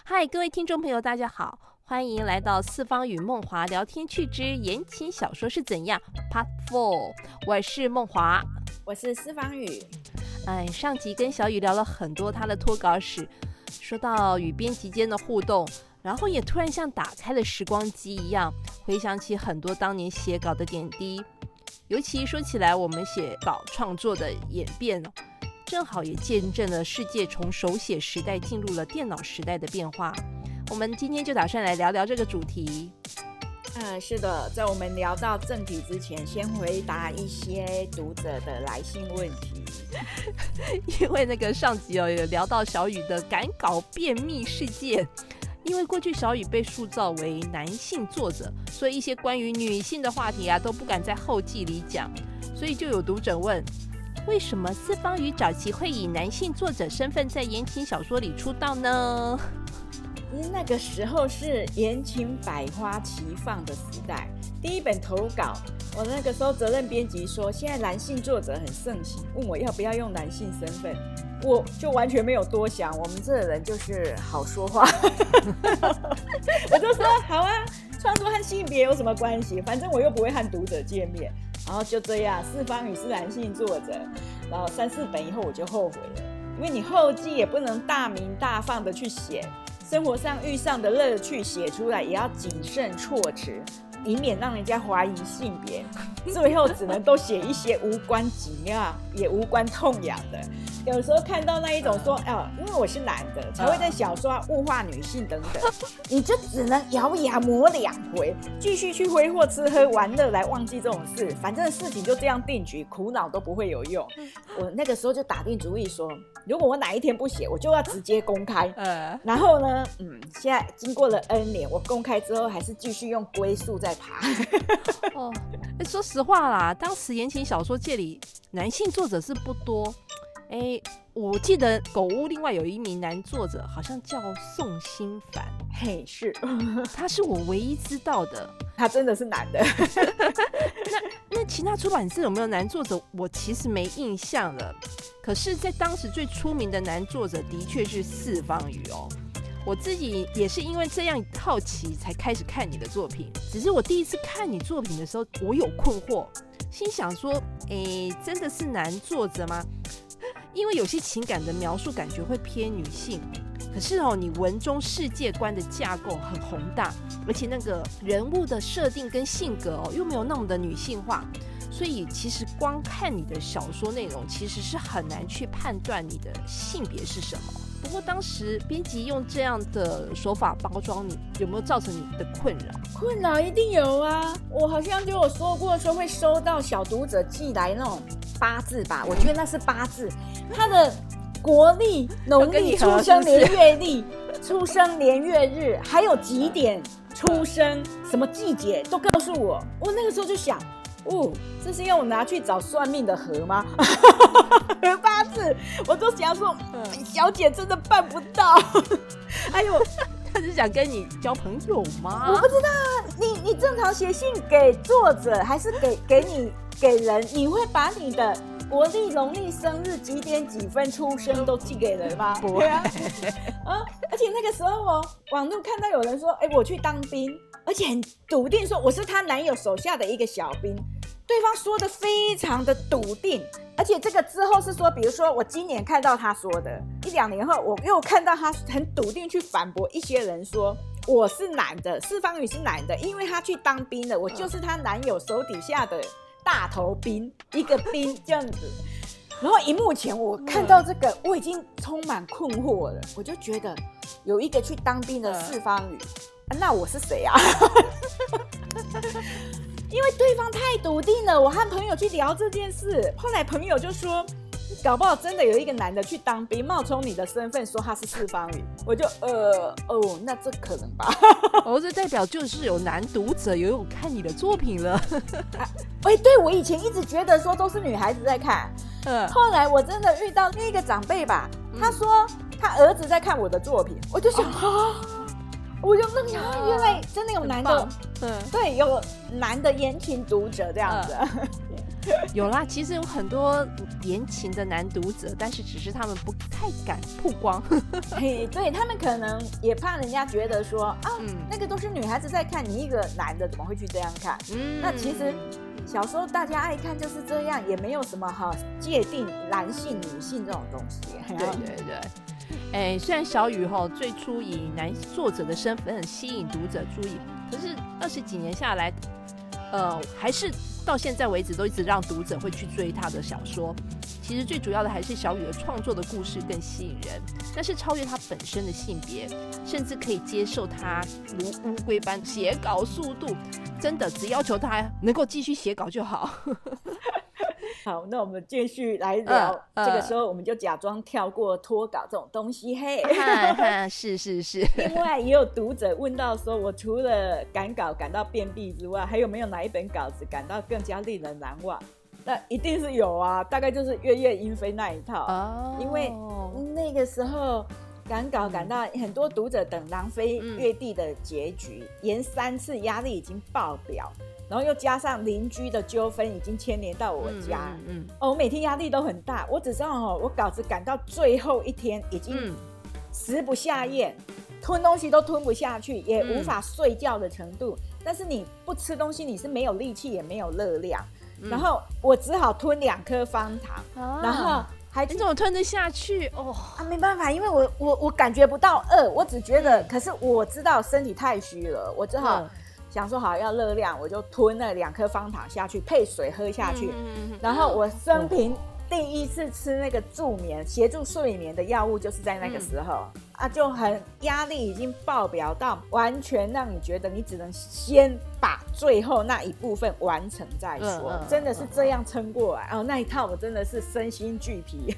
嗨，各位听众朋友，大家好，欢迎来到四方与梦华聊天趣之言情小说是怎样 Part 4， 我是梦华， 我是四方雨。 上集跟小雨聊了很多他的脱稿史，说到与编辑间的互动，然后也突然像打开了时光机一样，回想起很多当年写稿的点滴。尤其说起来，我们写稿创作的演变正好也见证了世界从手写时代进入了电脑时代的变化。我们今天就打算来聊聊这个主题。 是的，在我们聊到正题之前，先回答一些读者的来信问题。 因为那个上集有聊到小雨的赶稿便秘事件，因为过去小雨被塑造为男性作者，所以一些关于女性的话题都不敢在后记里讲，所以就有读者问，为什么四方雨早期会以男性作者身份在言情小说里出道呢？ 其实那个时候是言情百花齐放的时代，第一本投稿，我那个时候责任编辑说现在男性作者很盛行，问我要不要用男性身份，我就完全没有多想，我们这个人就是好说话我就说好啊，创作和性别有什么关系，反正我又不会和读者见面。然后就这样，四方雨是男性作者，然后3、4本以后我就后悔了，因为你后记也不能大名大放的去写，生活上遇上的乐趣写出来也要谨慎措辞，以免让人家怀疑性别，最后只能都写一些无关紧要也无关痛痒的。有时候看到那一种说因为我是男的才会在小说物化女性等等，你就只能咬牙磨2回，继续去挥霍吃喝玩乐来忘记这种事，反正事情就这样定局，苦恼都不会有用。我那个时候就打定主意说，如果我哪一天不写，我就要直接公开。然后呢，现在经过了 N 年，我公开之后还是继续用龟速在爬。 说实话啦，当时言情小说界里男性作者是不多。我记得狗屋另外有一名男作者，好像叫宋新凡。 嘿，是， 他是我唯一知道的。 他真的是男的。 那其他出版社有没有男作者，我其实没印象了。可是在当时最出名的男作者的确是四方雨哦。我自己也是因为这样好奇才开始看你的作品，只是我第一次看你作品的时候，我有困惑，心想说真的是男作者吗？因为有些情感的描述感觉会偏女性，可是你文中世界观的架构很宏大，而且那个人物的设定跟性格又没有那么的女性化，所以其实光看你的小说内容其实是很难去判断你的性别是什么。不过当时编辑用这样的手法包装你，有没有造成你的困扰？ 困扰一定有啊，我好像就有说过说会收到小读者寄来那种八字吧，我觉得那是八字，他的国历、农历出生年月历、出生年月日，还有几点出生、什么季节都告诉我。我那个时候就想，这是要我拿去找算命的盒吗？盒八字，我都想说，小姐真的办不到。哎呦， 他是想跟你交朋友吗？ 我不知道，你正常写信给作者，还是给人？你会把你的国历、农历、生日、几点几分出生都寄给人吗？ 不会啊。 而且那个时候网络看到有人说，我去当兵，而且很笃定说我是她男友手下的一个小兵，对方说的非常的笃定。而且这个之后是说，比如说我今年看到他说的，1、2年后我又看到他很笃定去反驳一些人说我是男的，四方雨是男的，因为他去当兵了，我就是他男友手底下的大头兵，一个兵这样子。然后荧幕前我看到这个，我已经充满困惑了，我就觉得有一个去当兵的四方雨，那我是谁啊？因为对方太笃定了，我和朋友去聊这件事，后来朋友就说，搞不好真的有一个男的去当兵，冒充你的身份说他是四方雨，我就那这可能吧。 这代表就是有男读者有看你的作品了。 对，我以前一直觉得说都是女孩子在看，后来我真的遇到另一个长辈吧，他说他儿子在看我的作品，我就想我就原来真的有男的，对，有男的言情读者这样子。 有啦，其实有很多言情的男读者，但是只是他们不太敢曝光。 嘿，对，他们可能也怕人家觉得说啊，那个都是女孩子在看，你一个男的怎么会去这样看？那其实小时候大家爱看就是这样，也没有什么界定男性女性这种东西。 对对对。虽然小雨最初以男作者的身份吸引读者注意，可是20几年下来，还是到现在为止都一直让读者会去追他的小说。其实最主要的还是小雨的创作的故事更吸引人，但是超越他本身的性别，甚至可以接受他如乌龟般写稿速度，真的只要求他能够继续写稿就好。 好，那我们继续来聊。这个时候我们就假装跳过脱稿这种东西。嘿， 是。 另外也有读者问到说，我除了赶稿感到便秘之外，还有没有哪一本稿子感到更加令人难忘？那一定是有啊，大概就是《月月莺飞》那一套。因为那个时候赶稿赶到很多读者等狼飞月地的结局，延3次，压力已经爆表。然后又加上邻居的纠纷已经牵连到我家，我每天压力都很大。我只知道我稿子赶到最后一天，已经食不下咽，吞东西都吞不下去，也无法睡觉的程度。但是你不吃东西，你是没有力气也没有热量。然后我只好吞2颗方糖，然后你怎么吞得下去？ 没办法，因为我感觉不到饿，我只觉得，可是我知道身体太虚了，我只好。想说好要热量，我就吞了2颗方糖下去，配水喝下去。然后我生平第一次吃那个助眠、协助睡眠的药物，就是在那个时候就很压力已经爆表到完全让你觉得你只能先把最后那一部分完成再说，真的是这样撑过来。那一套我真的是身心俱疲。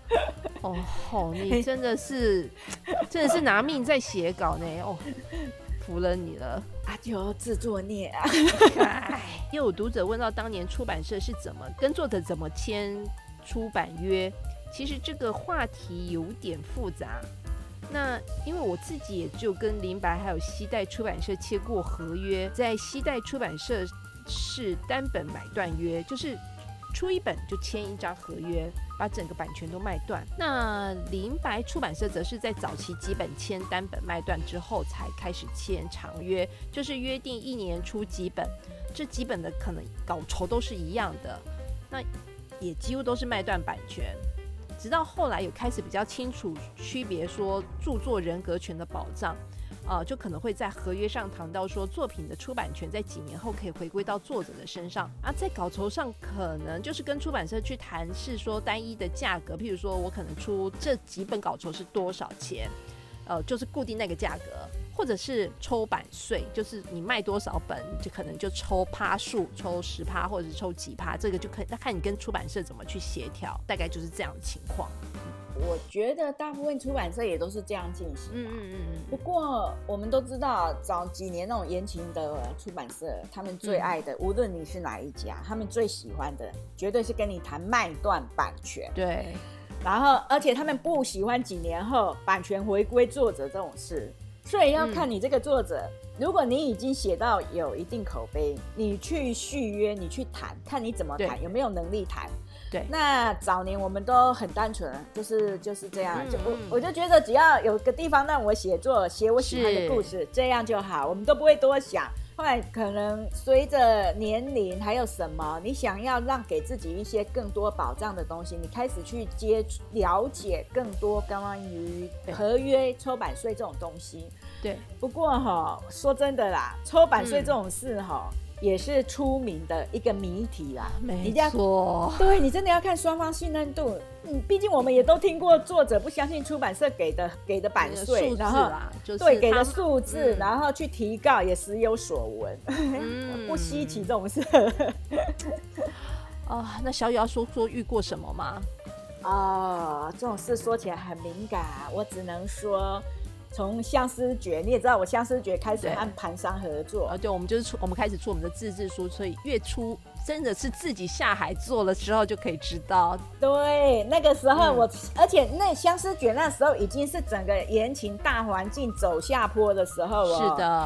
你真的是拿命在写稿呢。服了你了， 就自作孽啊！ 又有读者问到当年出版社是怎么跟作者怎么签出版约，其实这个话题有点复杂。那因为我自己也就跟林白还有西代出版社签过合约，在西代出版社是单本买断约，就是出一本就签一张合约，把整个版权都卖断。那林白出版社则是在早期几本签单本卖断之后才开始签长约，就是约定1年出几本，这几本的可能稿酬都是一样的，那也几乎都是卖断版权。直到后来有开始比较清楚区别说著作人格权的保障，就可能会在合约上谈到说作品的出版权在几年后可以回归到作者的身上，在稿酬上可能就是跟出版社去谈是说单一的价格，譬如说我可能出这几本稿酬是多少钱，就是固定那个价格，或者是抽版税，就是你卖多少本就可能就抽趴数，抽10%或者是抽几%，这个就看你跟出版社怎么去协调，大概就是这样的情况。 我觉得大部分出版社也都是这样进行不过我们都知道早几年那种言情的出版社，他们最爱的无论你是哪一家，他们最喜欢的绝对是跟你谈卖断版权。 对， 然后而且他们不喜欢几年后版权回归作者这种事，所以要看你这个作者，如果你已经写到有一定口碑，你去续约，你去谈，看你怎么谈，有没有能力谈。 对， 那早年我们都很单纯，就是这样，我就觉得只要有个地方让我写我喜欢的故事，这样就好，我们都不会多想。后来可能随着年龄还有什么，你想要让给自己一些更多保障的东西，你开始去了解更多关于合约、抽版税这种东西。 对， 不过说真的啦，抽版税这种事也是出名的一个谜题啦。 没错， 对，你真的要看双方信任度。毕竟我们也都听过作者不相信出版社给的版税，然后对给的数字，然后去提告也时有所闻。不稀奇这种事。 那小雨要说遇过什么吗？ 这种事说起来很敏感，我只能说。从相思诀，你也知道我相思诀开始和盘商合作， 对，我们开始出我们的自制书，所以月初真的是自己下海做了之后就可以知道。 对，那个时候而且那相思诀那时候已经是整个言情大环境走下坡的时候是的，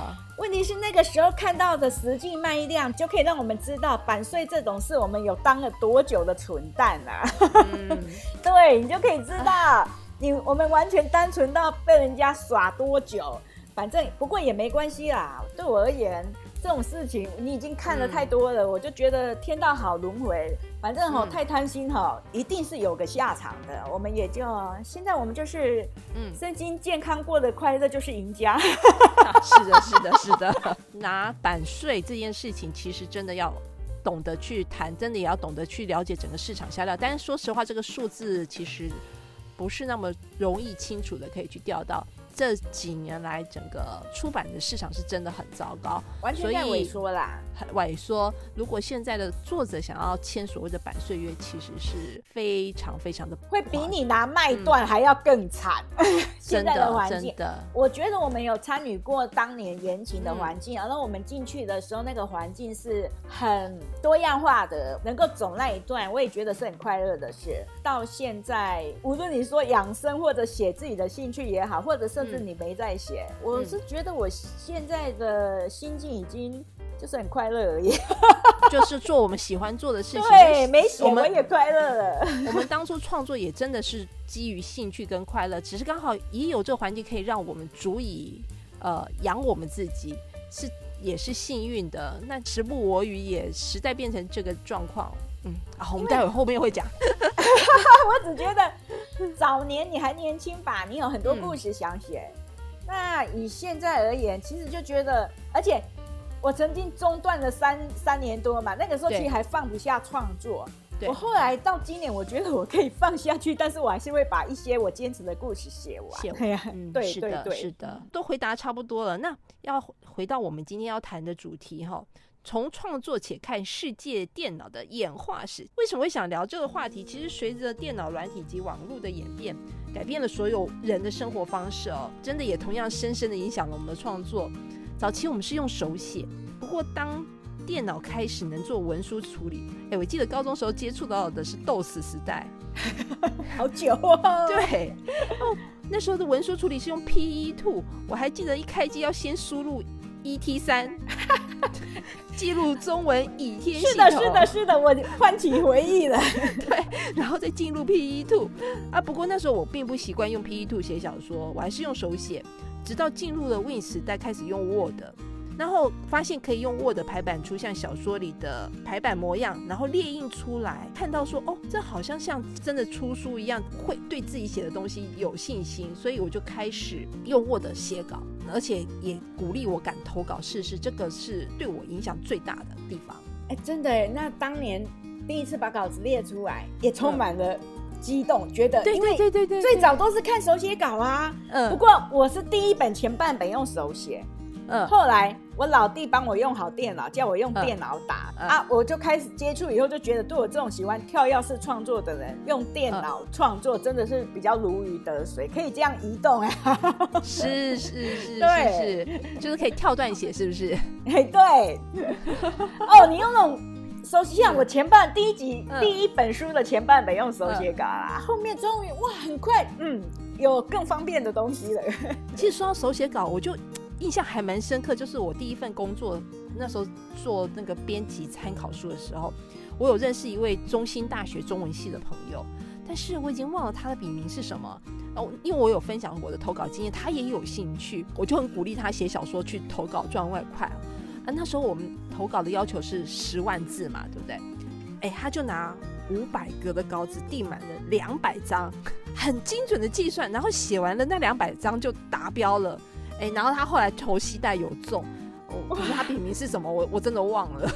问题是那个时候看到的实际卖量，就可以让我们知道版税这种事我们有当了多久的蠢蛋啊。对，你就可以知道我们完全单纯到被人家耍多久。反正不过也没关系啦，对我而言这种事情你已经看了太多了，我就觉得天道好轮回，反正太贪心一定是有个下场的。我们也就现在我们就是身心健康过得快乐就是赢家。 是的是的是的，拿版税这件事情其实真的要懂得去谈，真的也要懂得去了解整个市场销量，但是说实话这个数字其实不是那么容易清楚的可以去调到。这几年来整个出版的市场是真的很糟糕， 完全在萎缩啦， 萎缩。如果现在的作者想要签所谓的版税约，其实是非常非常的会比你拿麦段还要更惨。现在的环境真的，我觉得我们有参与过当年言情的环境，然后我们进去的时候那个环境是很多样化的，能够走那一段我也觉得是很快乐的事。到现在无论你说养生或者写自己的兴趣也好，或者甚至你没在写，我是觉得我现在的心境已经就是很快乐而已。 就是做我们喜欢做的事情。 对，没写我也快乐了。 我们当初创作也真的是基于兴趣跟快乐，只是刚好也有这个环境可以让我们足以养我们自己，也是幸运的。那时不我与也实在变成这个状况。我们待会后面会讲。 我只觉得早年你还年轻吧，你有很多故事想写。那以现在而言，其实就觉得，而且我曾经中断了三年多嘛，那个时候其实还放不下创作。我后来到今年，我觉得我可以放下去，但是我还是会把一些我坚持的故事写完。对， 是的，是的，都回答差不多了。那要回到我们今天要谈的主题哈。从创作且看世界电脑的演化史。为什么会想聊这个话题？其实随着电脑软体及网络的演变，改变了所有人的生活方式真的也同样深深的影响了我们的创作。早期我们是用手写，不过当电脑开始能做文书处理，我记得高中时候接触到的是 DOS 时代。 好久哦。 对那时候的文书处理是用 PE2， 我还记得一开机要先输入 ET3 记录中文倚天系统。 是的，我唤起回忆了。 对，然后再进入 PE2 不过那时候我并不习惯用 PE2 写小说，我还是用手写，直到进入了 Win 时代开始用 Word， 然后发现可以用 Word 排版出像小说里的排版模样，然后列印出来，看到说这好像真的出书一样，会对自己写的东西有信心，所以我就开始用 Word 写稿，而且也鼓励我敢投稿试试，这个是对我影响最大的地方。 真的耶，那当年第一次把稿子列出来也充满了激动，觉得因为最早都是看手写稿啊。不过我是第一本前半本用手写，后来我老弟帮我用好电脑，叫我用电脑打我就开始接触以后，就觉得对我这种喜欢跳跃式创作的人，用电脑创作真的是比较如鱼得水，可以这样移动是，就是可以跳段写，是不是？ 对。你用那种手写，像我前半第一本书的前半本用手写稿啦，后面终于很快有更方便的东西了。 其实说到手写稿，我就印象还蛮深刻，就是我第一份工作那时候做那个编辑参考书的时候，我有认识一位中兴大学中文系的朋友，但是我已经忘了他的笔名是什么。因为我有分享我的投稿经验，他也有兴趣，我就很鼓励他写小说去投稿赚外快那时候我们投稿的要求是10万字嘛，对不对？他就拿500个的稿子递满了200张，很精准的计算，然后写完了那200张就达标了。然后他后来投西带有中，可是他笔名是什么我真的忘了。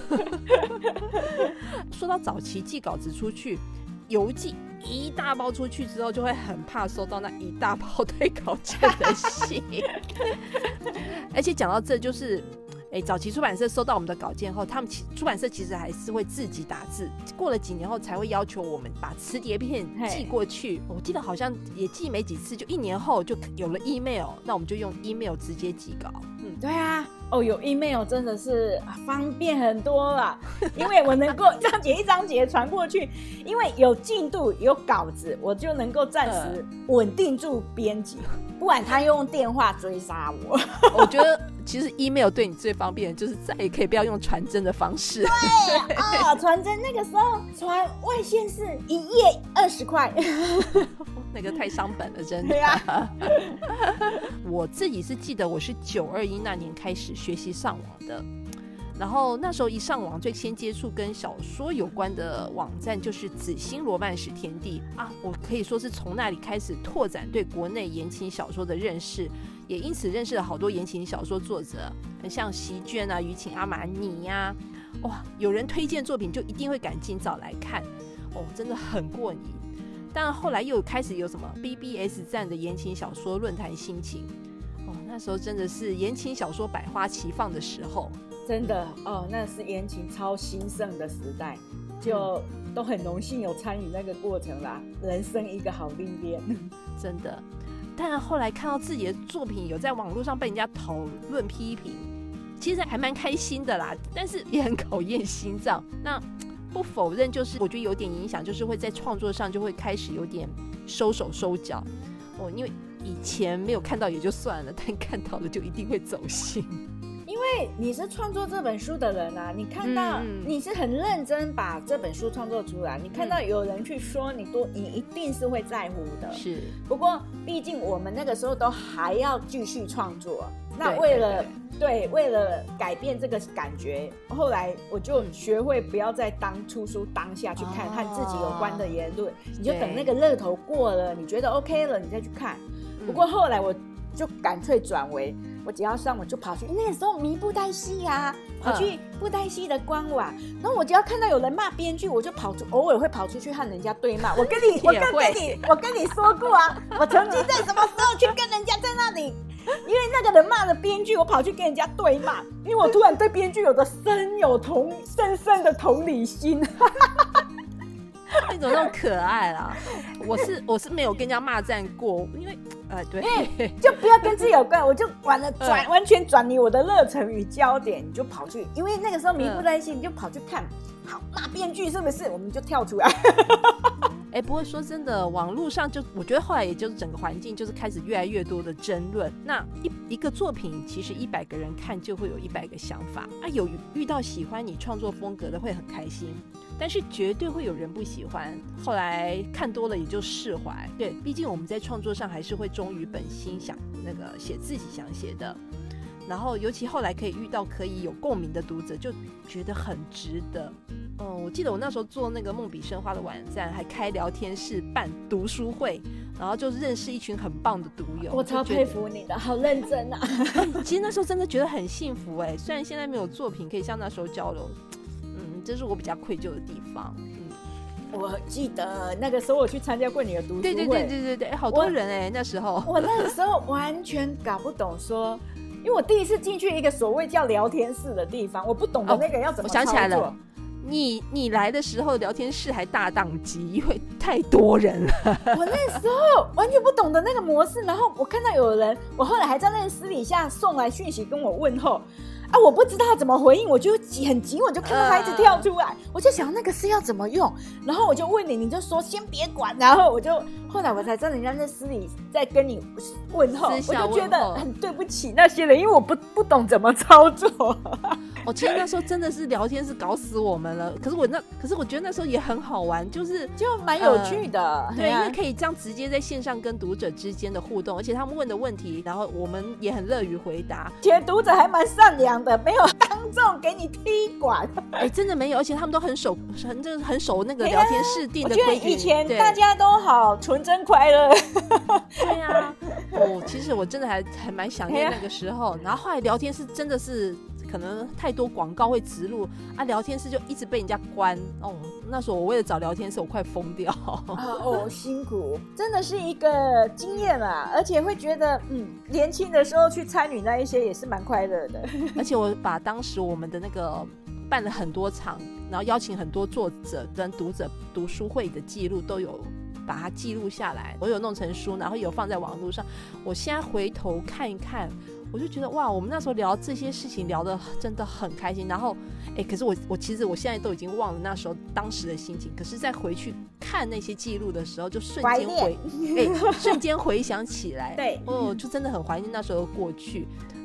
说到早期寄稿子出去，邮寄一大包出去之后，就会很怕收到那一大包对稿件的信。而且讲到这，就是早期出版社收到我们的稿件后，他们出版社其实还是会自己打字，过了几年后才会要求我们把磁碟片寄过去。我记得好像也寄没几次，就1年后就有了 email， 那我们就用 email 直接寄稿。 对啊，有 email 真的是方便很多啦，因为我能够一张节传过去，因为有进度有稿子，我就能够暂时稳定住编辑，不然他用电话追杀我。 我觉得其实 email 对你最方便的就是再也可以不要用传真的方式。 对啊，传真那个时候传外县市1页20块， 那个太伤本了，真的。 对啊， 我自己是记得我是921那年开始学习上网的，然后那时候一上网最先接触跟小说有关的网站就是紫星罗曼史天地啊，我可以说是从那里开始拓展对国内言情小说的认识，也因此认识了好多言情小说作者，很像席娟啊、于晴、阿玛尼呀，哇，有人推荐作品就一定会赶紧找来看，哦，真的很过瘾。当然后来又开始有什么 BBS 站的言情小说论坛心情，哦，那时候真的是言情小说百花齐放的时候。 真的哦，那是言情超兴盛的时代，就都很荣幸有参与那个过程啦，人生一个好历练， 真的。但后来看到自己的作品有在网络上被人家讨论批评，其实还蛮开心的啦，但是也很考验心脏。那不否认，就是我觉得有点影响，就是会在创作上就会开始有点收手收脚哦，因为以前没有看到也就算了，但看到了就一定会走心。 因为你是创作这本书的人啊，你看到你是很认真把这本书创作出来，你看到有人去说你一定是会在乎的。 是， 不过毕竟我们那个时候都还要继续创作，那为了改变这个感觉，后来我就学会不要再出书当下去看和自己有关的言论，你就等那个热头过了，你觉得 OK 了，你再去看。不过后来我就干脆转为，我只要上网就跑去，那个时候迷布袋戏啊，跑去布袋戏的官网，然后我只要看到有人骂编剧，我就偶尔会跑出去和人家对骂。我跟你说过啊，我曾经在什么时候去跟人家在那里，因为那个人骂了编剧，我跑去跟人家对骂，因为我突然对编剧有着深深的同理心。 你怎么那么可爱啦？我是没有跟人家骂战过，因为对， 就不要跟自己有关，我就完全转移我的热忱与焦点，你就跑去，因为那个时候迷不在一起，你就跑去看，好骂编剧是不是？我们就跳出来。 不会说真的，网络上我觉得后来也就是整个环境就是开始越来越多的争论。那一个作品其实100个人看就会有100个想法啊，有遇到喜欢你创作风格的会很开心，但是绝对会有人不喜欢。后来看多了也就释怀。对，毕竟我们在创作上还是会忠于本心，想写自己想写的。然后尤其后来可以遇到可以有共鸣的读者，就觉得很值得。我记得我那时候做那个梦笔生花的网站，还开聊天室办读书会，然后就认识一群很棒的读友。 我超佩服你的，好认真啊！ 其实那时候真的觉得很幸福虽然现在没有作品可以像那时候交流，这是我比较愧疚的地方。 我记得那个时候我去参加过你的读书会， 对，好多人那时候。 我那个时候完全搞不懂说。因为我第一次进去一个所谓叫聊天室的地方，我不懂得那个要怎么操作。我想起来了，你来的时候聊天室还大宕机，因为太多人了。 我那时候完全不懂得那个模式，然后我看到有人，我后来还在那个私底下送来讯息跟我问候。我不知道怎么回应，我就很急，我就看到他一直跳出来，我就想那个是要怎么用，然后我就问你就说先别管，然后后来我才知道人家在私里在跟你问候，我就觉得很对不起那些人，因为我不懂怎么操作。 其实那时候真的是聊天是搞死我们了，可是我觉得那时候也很好玩，就蛮有趣的。 对，因为可以这样直接在线上跟读者之间的互动，而且他们问的问题，然后我们也很乐于回答。 其实读者还蛮善良的，没有当众给你踢馆。 真的没有，而且他们都很守那个聊天室定的规矩。 我觉得以前大家都好纯真快乐。 对啊，其实我真的还蛮想念那个时候。然后后来聊天室真的是可能太多广告会植入聊天室就一直被人家关那时候我为了找聊天室我快疯掉。 辛苦，真的是一个经验啊，而且会觉得年轻的时候去参与那一些也是蛮快乐的。 而且我把当时我们的那个办了很多场，然后邀请很多作者跟读者读书会的记录都有把它记录下来，我有弄成书，然后有放在网络上。我现在回头看一看，我就觉得哇，我们那时候聊这些事情聊得真的很开心。然后可是我其实我现在都已经忘了那时候当时的心情，可是再回去看那些记录的时候，就瞬间回想起来。 对， 就真的很怀念那时候的过去。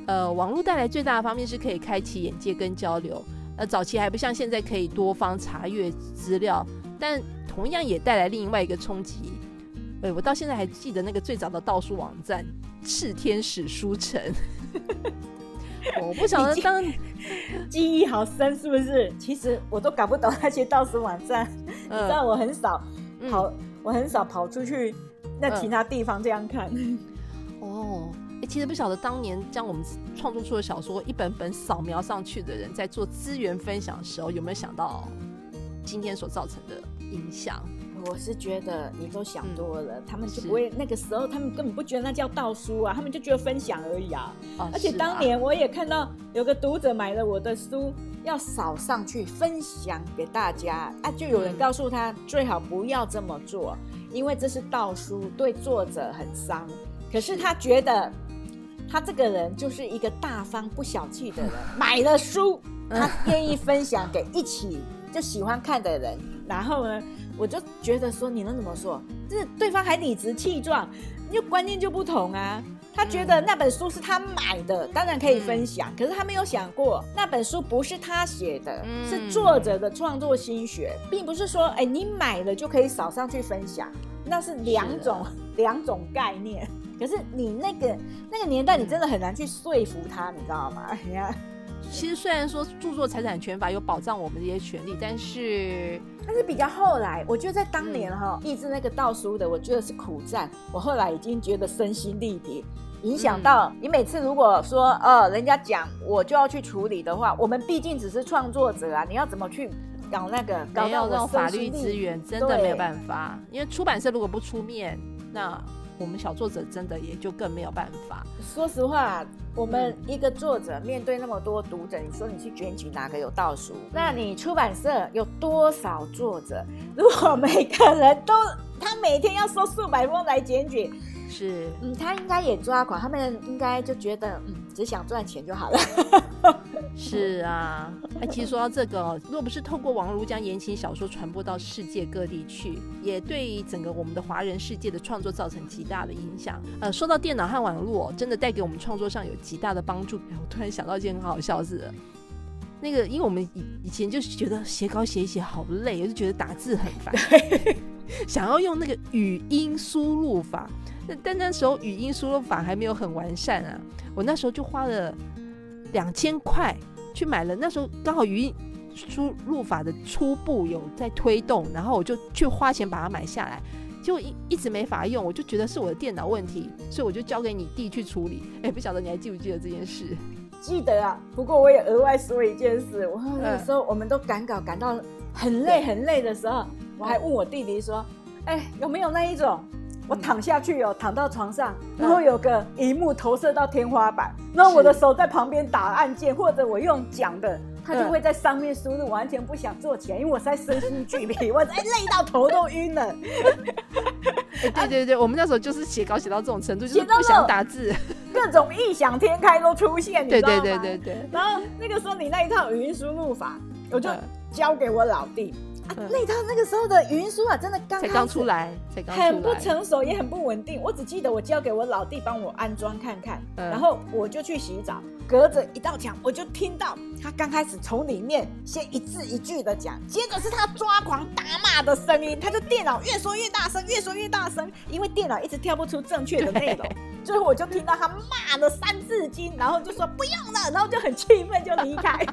网络带来最大的方面是可以开启眼界跟交流。早期还不像现在可以多方查阅资料，但同样也带来另外一个冲击。我到现在还记得那个最早的盗书网站赤天使书城。我不晓得记忆好深是不是？其实我都搞不懂那些盗书网站，你知道我很少我很少跑出去那其他地方这样看。 其实不晓得当年将我们创作出的小说一本本扫描上去的人，在做资源分享的时候，有没有想到今天所造成的影响？ 我是觉得你都想多了，他们就不会，那个时候他们根本不觉得那叫盗书啊，他们就觉得分享而已啊。而且当年我也看到有个读者买了我的书，要扫上去分享给大家啊，就有人告诉他最好不要这么做，因为这是盗书，对作者很伤。可是他觉得他这个人就是一个大方不小气的人，买了书他愿意分享给一起就喜欢看的人。然后呢，我就觉得说你能怎么说，就是对方还理直气壮，就观念就不同啊。他觉得那本书是他买的，当然可以分享，可是他没有想过那本书不是他写的，是作者的创作心血，并不是说你买了就可以扫上去分享，那是两种概念。可是你那个年代，你真的很难去说服他，你知道吗？ 其实虽然说著作财产权法有保障我们这些权利，但是比较后来，我觉得在当年抑制那个盗书的，我觉得是苦战。我后来已经觉得身心力疲，影响到你每次如果说人家讲我就要去处理的话，我们毕竟只是创作者啊，你要怎么去搞那个搞到那种法律资源，真的没有办法。因为出版社如果不出面，那我们小作者真的也就更没有办法。 说实话，我们一个作者面对那么多读者，你说你去检举哪个有盗书？那你出版社有多少作者？如果每个人都他每天要收数百封来检举， 是他应该也抓狂，他们应该就觉得只想赚钱就好了。 是啊，其实说到这个，若不是透过网络将言情小说传播到世界各地去，也对整个我们的华人世界的创作造成极大的影响。说到电脑和网络，真的带给我们创作上有极大的帮助。我突然想到一件很好笑的事，那个因为我们以前就觉得写稿写一写好累，我就觉得打字很烦，想要用那个语音输入法，但那时候语音输入法还没有很完善啊。我那时候就花了2000块去买了，那时候刚好语音输入法的初步有在推动，然后我就去花钱把它买下来，结果一直没法用，我就觉得是我的电脑问题，所以我就交给你弟去处理。不晓得你还记不记得这件事？ 记得啊，不过我也额外说一件事，我那个时候我们都赶稿赶到很累的时候，我还问我弟弟说，有没有那一种我躺下去躺到床上，然后有个萤幕投射到天花板，然后我的手在旁边打按键，或者我用讲的，他就会在上面输入，完全不想做起来，因为我实在身心俱疲，我在累到头都晕了。 对，我们那时候就是写稿写到这种程度，就是不想打字， 各种异想天开都出现，你知道吗？ 对。 然后那个时候你那一套语音输入法，我就交给我老弟。那套那个时候的语音输入法真的刚出来，很不成熟，也很不稳定。我只记得我交给我老弟帮我安装看看，然后我就去洗澡，隔着一道墙，我就听到他刚开始从里面先一字一句的讲，接着是他抓狂打骂的声音，他就电脑越说越大声，因为电脑一直跳不出正确的内容。最后我就听到他骂了3字经，然后就说不用了，然后就很气愤就离开。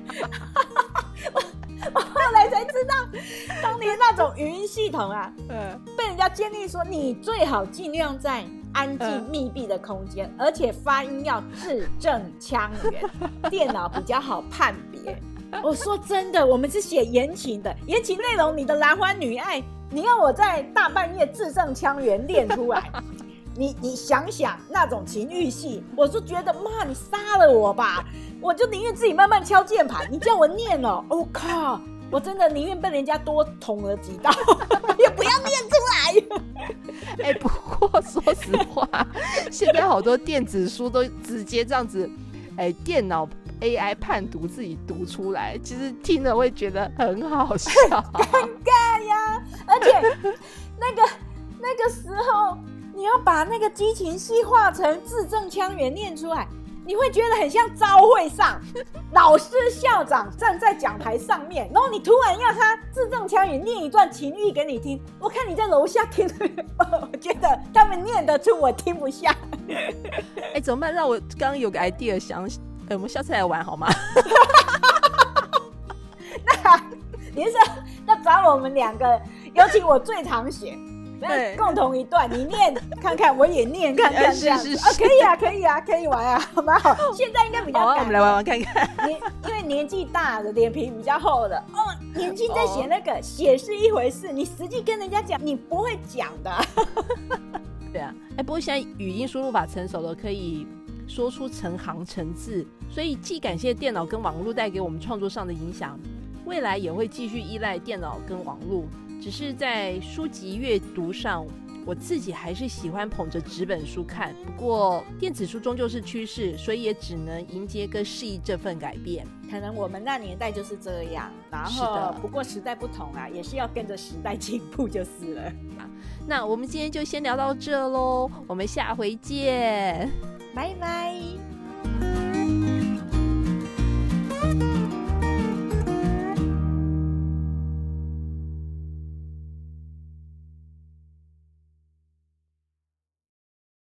我后来才知道，当年那种语音系统啊，被人家建议说你最好尽量在安静密闭的空间，而且发音要字正腔圆，电脑比较好判别。我说真的，我们是写言情的，言情内容，你的男欢女爱，你要我在大半夜字正腔圆练出来，你想想那种情欲戏，我就觉得妈，你杀了我吧！我就宁愿自己慢慢敲键盘，你叫我念靠！我真的宁愿被人家多捅了几刀，也不要念出来。不过说实话，现在好多电子书都直接这样子，电脑 AI 判读自己读出来，其实听了会觉得很好笑， 尴尬呀！而且那个时候，你要把那个激情戏化成字正腔圆念出来。 你会觉得很像朝会上老师校长站在讲台上面，然后你突然要他字正腔圆念一段情语给你听，我看你在楼下听我觉得他们念得出，我听不下。 怎么办？让我刚刚有个 idea 想，我们下次来玩好吗？ 你是要找我们2个，尤其我最常写，共同一段，你念看看，我也念看看，这样子可以啊，可以啊，可以玩啊，蛮好。现在应该比较赶， 我们来玩玩看看。 因为年纪大的，脸皮比较厚的，年轻在写那个写是一回事，你实际跟人家讲，你不会讲的。 对啊，不过现在语音输入法成熟了，可以说出成行成字，所以既感谢电脑跟网络带给我们创作上的影响，未来也会继续依赖电脑跟网络，只是在书籍阅读上，我自己还是喜欢捧着纸本书看，不过电子书终究是趋势，所以也只能迎接跟适应这份改变。 可能我们那年代就是这样，然后不过时代不同啊，也是要跟着时代进步就是了。 那我们今天就先聊到这咯，我们下回见， 拜拜。